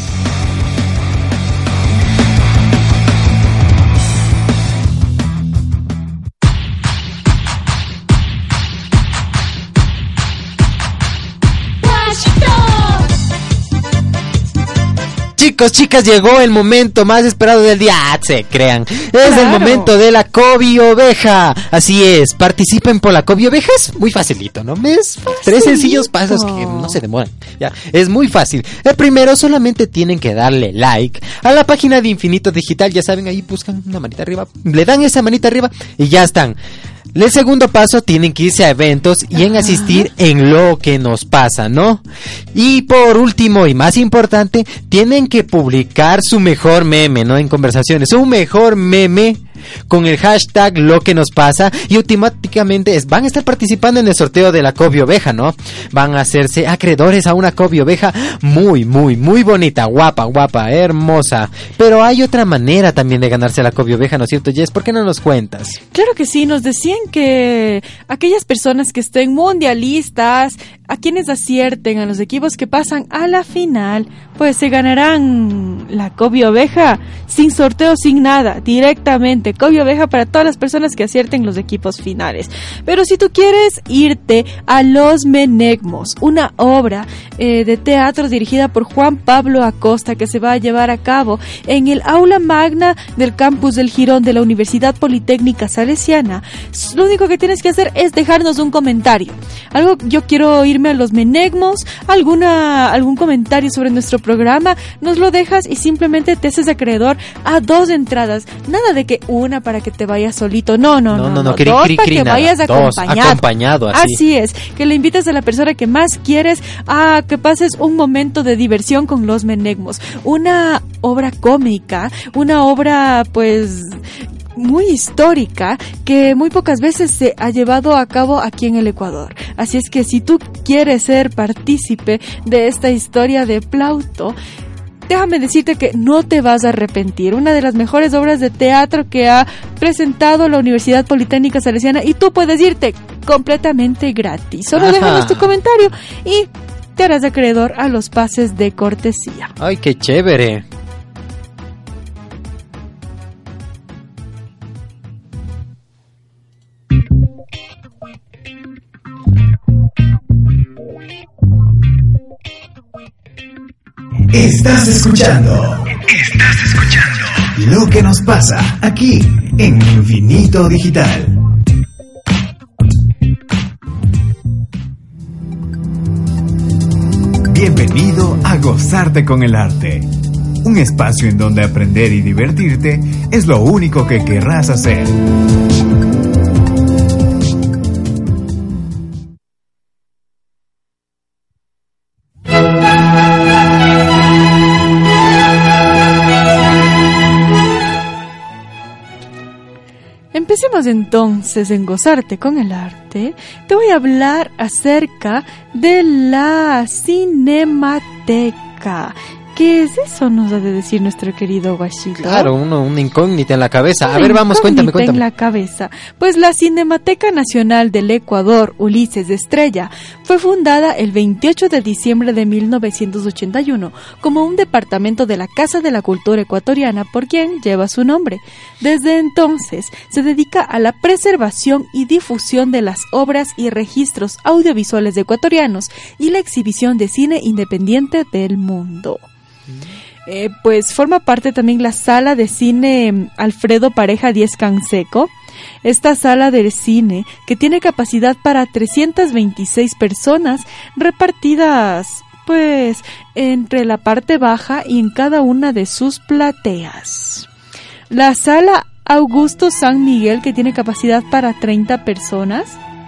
Chicos, chicas, llegó el momento más esperado del día. Se crean. Es el momento de la Cobioveja. Así es, participen por la Cobioveja. Es muy facilito, ¿no? Es 3 sencillos pasos que no se demoran. Ya, es muy fácil. El primero, solamente tienen que darle like a la página de Infinito Digital. Ya saben, ahí buscan una manita arriba, le dan esa manita arriba y ya están. El segundo paso, tienen que irse a eventos y en asistir en Lo que nos pasa, ¿no? Y por último y más importante, tienen que publicar su mejor meme, ¿no? En conversaciones, su mejor meme con el hashtag Lo que nos pasa y automáticamente van a estar participando en el sorteo de la Cobioveja, ¿no? Van a hacerse acreedores a una Cobioveja muy, muy, muy bonita, guapa, hermosa. Pero hay otra manera también de ganarse la Cobioveja, ¿no es cierto, Jess? ¿Por qué no nos cuentas? Claro que sí, nos decían que aquellas personas que estén mundialistas, a quienes acierten a los equipos que pasan a la final, pues se ganarán la Cobioveja sin sorteo, sin nada, directamente Jacobi Oveja para todas las personas que acierten los equipos finales. Pero si tú quieres irte a Los Menegmos, una obra de teatro dirigida por Juan Pablo Acosta que se va a llevar a cabo en el aula magna del campus del Girón de la Universidad Politécnica Salesiana, lo único que tienes que hacer es dejarnos un comentario. Yo quiero irme a Los Menegmos, algún comentario sobre nuestro programa, nos lo dejas y simplemente te haces acreedor a 2 entradas. Nada de que una para que te vayas solito. No, 2 para que vayas acompañado. Así es, que le invites a la persona que más quieres a que pases un momento de diversión con Los Menegmos. Una obra cómica, una obra pues muy histórica que muy pocas veces se ha llevado a cabo aquí en el Ecuador. Así es que si tú quieres ser partícipe de esta historia de Plauto, déjame decirte que no te vas a arrepentir. Una de las mejores obras de teatro que ha presentado la Universidad Politécnica Salesiana y tú puedes irte completamente gratis. Solo déjanos tu comentario y te harás acreedor a los pases de cortesía. ¡Ay, qué chévere! Estás escuchando lo que nos pasa aquí en Infinito Digital. Bienvenido a Gozarte con el Arte, un espacio en donde aprender y divertirte es lo único que querrás hacer. Empecemos entonces en Gozarte con el Arte. Te voy a hablar acerca de la Cinemateca. ¿Qué es eso? Nos ha de decir nuestro querido Guachito. Claro, una incógnita en la cabeza. A ver, vamos, cuéntame. En la cabeza. Pues la Cinemateca Nacional del Ecuador, Ulises Estrella, fue fundada el 28 de diciembre de 1981 como un departamento de la Casa de la Cultura Ecuatoriana por quien lleva su nombre. Desde entonces se dedica a la preservación y difusión de las obras y registros audiovisuales ecuatorianos y la exhibición de cine independiente del mundo. Pues forma parte también la sala de cine Alfredo Pareja Díez Canseco. Esta sala de cine que tiene capacidad para 326 personas repartidas pues entre la parte baja y en cada una de sus plateas. La sala Augusto San Miguel que tiene capacidad para 30 personas.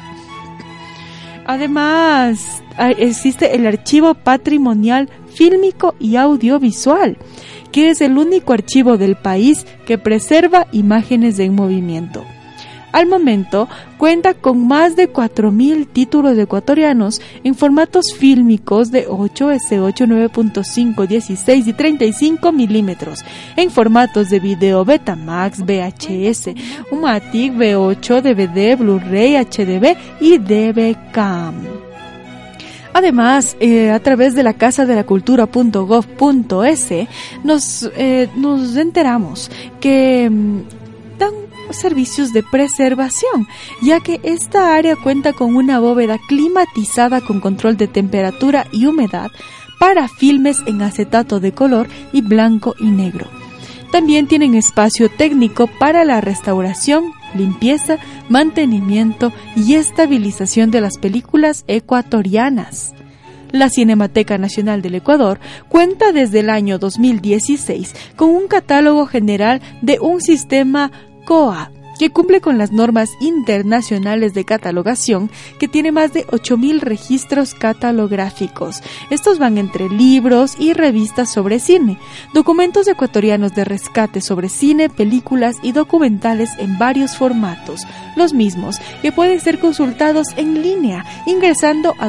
Además existe el Archivo Patrimonial Fílmico y Audiovisual, que es el único archivo del país que preserva imágenes en movimiento. Al momento, cuenta con más de 4.000 títulos ecuatorianos en formatos fílmicos de 8, S8, 9.5, 16 y 35 milímetros, en formatos de video Betamax, VHS, Umatic, V8, DVD, Blu-ray, HDB y DVCAM. Además, a través de la casadelacultura.gov.es nos enteramos que dan servicios de preservación, ya que esta área cuenta con una bóveda climatizada con control de temperatura y humedad para filmes en acetato de color y blanco y negro. También tienen espacio técnico para la restauración, limpieza, mantenimiento y estabilización de las películas ecuatorianas. La Cinemateca Nacional del Ecuador cuenta desde el año 2016 con un catálogo general de un sistema COA que cumple con las normas internacionales de catalogación, que tiene más de 8.000 registros catalográficos. Estos van entre libros y revistas sobre cine, documentos ecuatorianos de rescate sobre cine, películas y documentales en varios formatos, los mismos que pueden ser consultados en línea ingresando a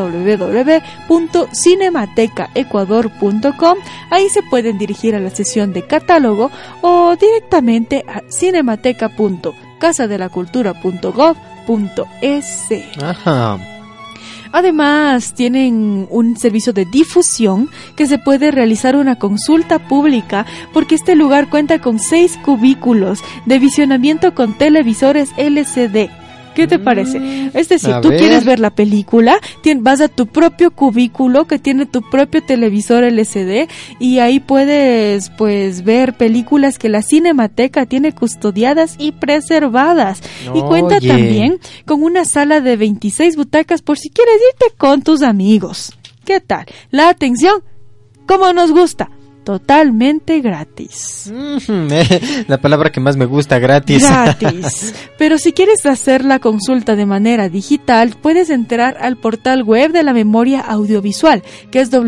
www.cinematecaecuador.com. Ahí se pueden dirigir a la sesión de catálogo o directamente a cinemateca.casadelacultura.gov.es. Ajá. Además, tienen un servicio de difusión que se puede realizar una consulta pública porque este lugar cuenta con 6 cubículos de visionamiento con televisores LCD. ¿Qué te parece? Es decir, tú quieres ver la película, vas a tu propio cubículo que tiene tu propio televisor LCD y ahí puedes pues ver películas que la Cinemateca tiene custodiadas y preservadas. Y cuenta también con una sala de 26 butacas por si quieres irte con tus amigos. ¿Qué tal? La atención, como nos gusta. Totalmente gratis. La palabra que más me gusta, gratis. Gratis. Pero si quieres hacer la consulta de manera digital, puedes entrar al portal web de la memoria audiovisual, que es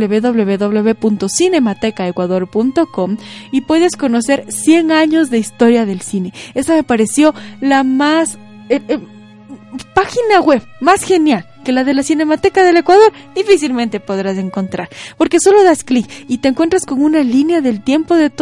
www.cinematecaecuador.com, y puedes conocer 100 años de historia del cine. Esa me pareció la más... página web más genial que la de la Cinemateca del Ecuador difícilmente podrás encontrar, porque solo das clic y te encuentras con una línea del tiempo de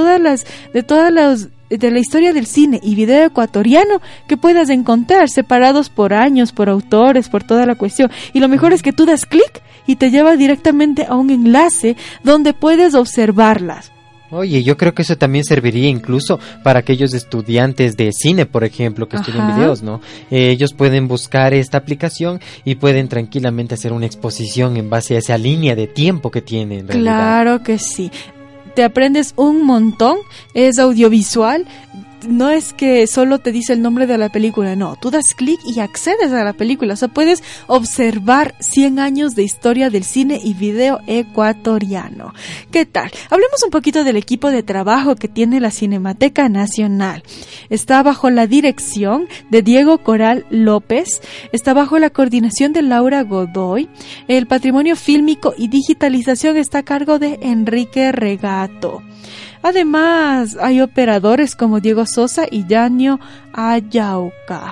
la historia del cine y video ecuatoriano que puedas encontrar, separados por años, por autores, por toda la cuestión. Y lo mejor es que tú das clic y te lleva directamente a un enlace donde puedes observarlas. Oye, yo creo que eso también serviría incluso para aquellos estudiantes de cine, por ejemplo, que estudian videos, ¿no? Ellos pueden buscar esta aplicación y pueden tranquilamente hacer una exposición en base a esa línea de tiempo que tienen. Claro que sí. Te aprendes un montón, es audiovisual. No es que solo te dice el nombre de la película, no, tú das clic y accedes a la película, o sea, puedes observar 100 años de historia del cine y video ecuatoriano. ¿Qué tal? Hablemos un poquito del equipo de trabajo que tiene la Cinemateca Nacional. Está bajo la dirección de Diego Coral López, está bajo la coordinación de Laura Godoy, el patrimonio fílmico y digitalización está a cargo de Enrique Regato. Además, hay operadores como Diego Sosa y Yanio Ayauca.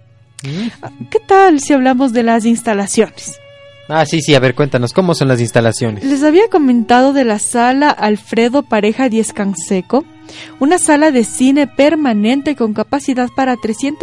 ¿Qué tal si hablamos de las instalaciones? Sí, a ver, cuéntanos, ¿cómo son las instalaciones? Les había comentado de la sala Alfredo Pareja Díez Canseco, una sala de cine permanente con capacidad para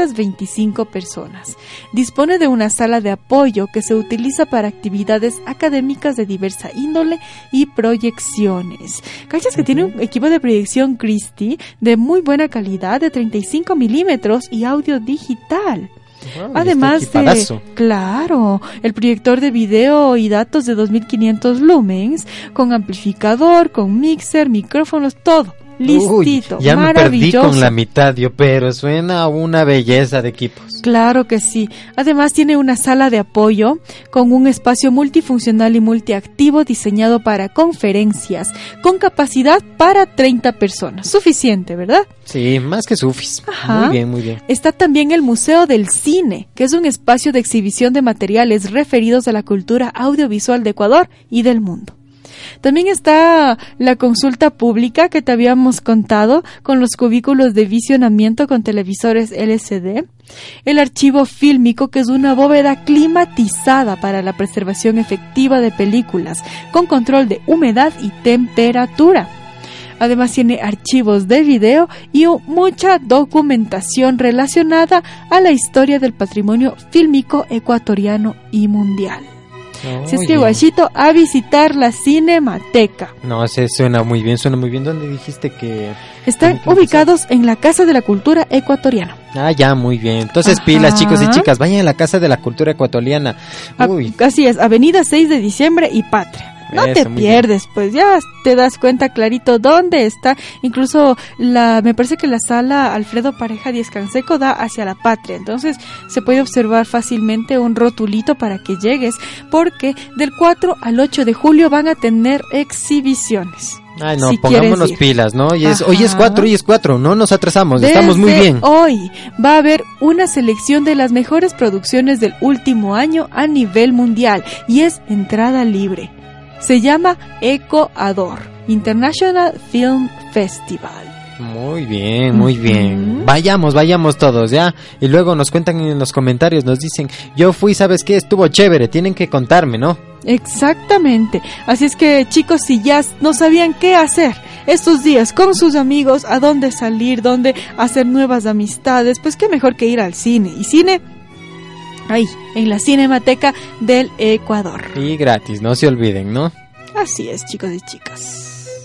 325 personas. Dispone de una sala de apoyo que se utiliza para actividades académicas de diversa índole y proyecciones. ¿Cachas que tiene un equipo de proyección Christie de muy buena calidad, de 35 milímetros y audio digital? Además de, claro, el proyector de video y datos de 2500 lumens, con amplificador, con mixer, micrófonos, todo. Listito, ya me perdí con la mitad, pero suena una belleza de equipos. Claro que sí. Además tiene una sala de apoyo con un espacio multifuncional y multiactivo diseñado para conferencias, con capacidad para 30 personas. Suficiente, ¿verdad? Sí, más que suficiente. Muy bien, muy bien. Está también el Museo del Cine, que es un espacio de exhibición de materiales referidos a la cultura audiovisual de Ecuador y del mundo. También está la consulta pública que te habíamos contado, con los cubículos de visionamiento con televisores LCD. El archivo fílmico, que es una bóveda climatizada para la preservación efectiva de películas, con control de humedad y temperatura. Además tiene archivos de video y mucha documentación relacionada a la historia del patrimonio fílmico ecuatoriano y mundial. Si es que, guachito, a visitar la Cinemateca. No, suena muy bien, suena muy bien. ¿Dónde dijiste que...? Están ubicados en la Casa de la Cultura Ecuatoriana. Ya, muy bien. Entonces, pilas, chicos y chicas, vayan a la Casa de la Cultura Ecuatoriana. Así es, Avenida 6 de Diciembre y Patria. No te pierdes, pues ya te das cuenta clarito dónde está. Incluso me parece que la sala Alfredo Pareja Díez Canseco da hacia la Patria. Entonces se puede observar fácilmente un rotulito para que llegues, porque del 4 al 8 de julio van a tener exhibiciones. Ay, no, pongámonos pilas, ¿no? Hoy es 4, no nos atrasamos, estamos muy bien. Hoy va a haber una selección de las mejores producciones del último año a nivel mundial y es entrada libre. Se llama Ecuador International Film Festival. Muy bien, muy bien. Vayamos todos, ¿ya? Y luego nos cuentan en los comentarios, nos dicen, yo fui, ¿sabes qué? Estuvo chévere, tienen que contarme, ¿no? Exactamente. Así es que, chicos, si ya no sabían qué hacer estos días con sus amigos, a dónde salir, dónde hacer nuevas amistades, pues qué mejor que ir al cine. Y cine Ahí, en la Cinemateca del Ecuador. Y gratis, no se olviden, ¿no? Así es, chicos y chicas.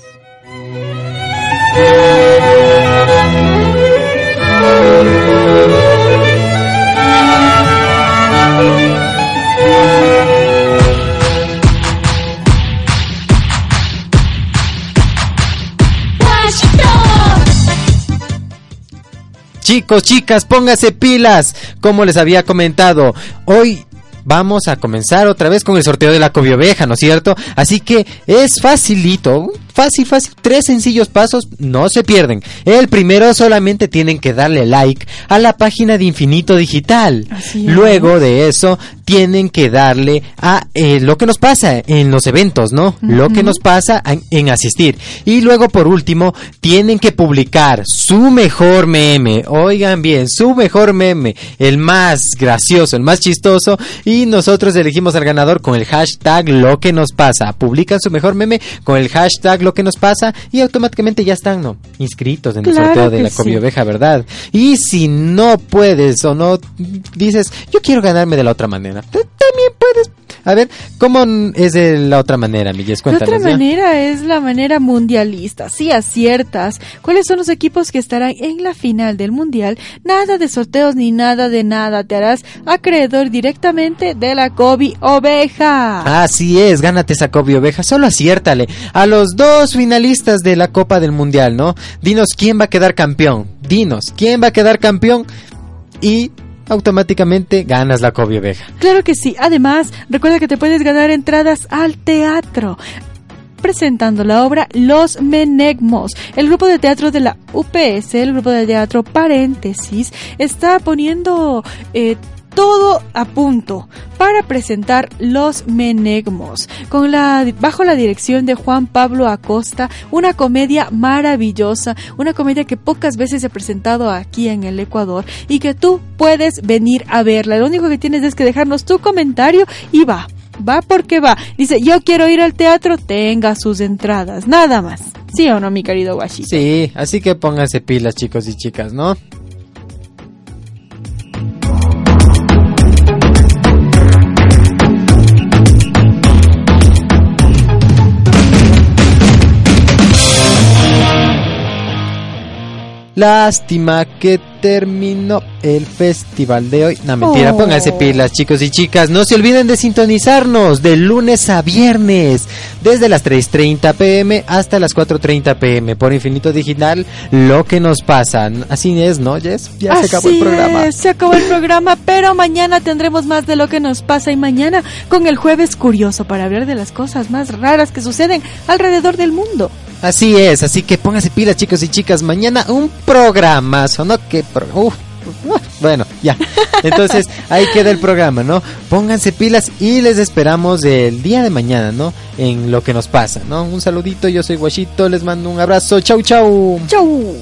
Chicos, chicas, pónganse pilas. Como les había comentado, hoy vamos a comenzar otra vez con el sorteo de la Cobioveja, ¿no es cierto? Así que es facilito, fácil, 3 sencillos pasos, no se pierden. El primero, solamente tienen que darle like a la página de Infinito Digital. Luego de eso, tienen que darle a lo que nos pasa en los eventos, ¿no? Lo que nos pasa en asistir. Y luego, por último, tienen que publicar su mejor meme. Oigan bien, su mejor meme, el más gracioso, el más chistoso. Y nosotros elegimos al ganador con el hashtag lo que nos pasa. Publican su mejor meme con el hashtag lo que nos pasa y automáticamente ya están, ¿no?, inscritos en el sorteo de la Cobioveja, ¿verdad? Y si no puedes o no dices, yo quiero ganarme de la otra manera, también puedes. A ver, ¿cómo es de la otra manera, Milles? Cuéntanos. La otra manera es la manera mundialista. Si aciertas cuáles son los equipos que estarán en la final del mundial, nada de sorteos ni nada de nada. Te harás acreedor directamente de la Cobioveja. Así es, gánate esa Cobioveja. Solo aciértale a los 2 finalistas de la Copa del Mundial, ¿no? Dinos quién va a quedar campeón. Y automáticamente ganas la Cobioveja. Claro que sí. Además, recuerda que te puedes ganar entradas al teatro presentando la obra Los Menegmos. El grupo de teatro de la UPS, el grupo de teatro Paréntesis, está poniendo todo a punto para presentar Los Menegmos, bajo la dirección de Juan Pablo Acosta, una comedia maravillosa, una comedia que pocas veces he presentado aquí en el Ecuador y que tú puedes venir a verla. Lo único que tienes es que dejarnos tu comentario y va porque va. Dice, yo quiero ir al teatro, tenga sus entradas, nada más. ¿Sí o no, mi querido Guachito? Sí, así que pónganse pilas, chicos y chicas, ¿no? Lástima que terminó el festival de hoy. No, mentira, pónganse pilas, chicos y chicas. No se olviden de sintonizarnos de lunes a viernes, desde las 3:30 p.m. hasta las 4:30 p.m. por Infinito Digital, lo que nos pasa. Así es, ¿no, Jess? Ya se acabó el programa. Se acabó el programa, pero mañana tendremos más de lo que nos pasa y mañana con el Jueves Curioso para hablar de las cosas más raras que suceden alrededor del mundo. Así es, así que pónganse pilas, chicos y chicas. Mañana un programazo, ¿no? Bueno, ya. Entonces, ahí queda el programa, ¿no? Pónganse pilas y les esperamos el día de mañana, ¿no? En lo que nos pasa, ¿no? Un saludito, yo soy Guachito, les mando un abrazo. Chau, chau. Chau.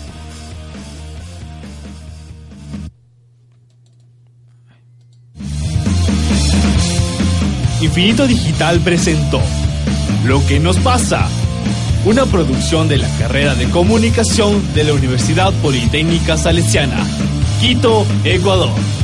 Infinito Digital presentó Lo que nos pasa, una producción de la carrera de comunicación de la Universidad Politécnica Salesiana, Quito, Ecuador.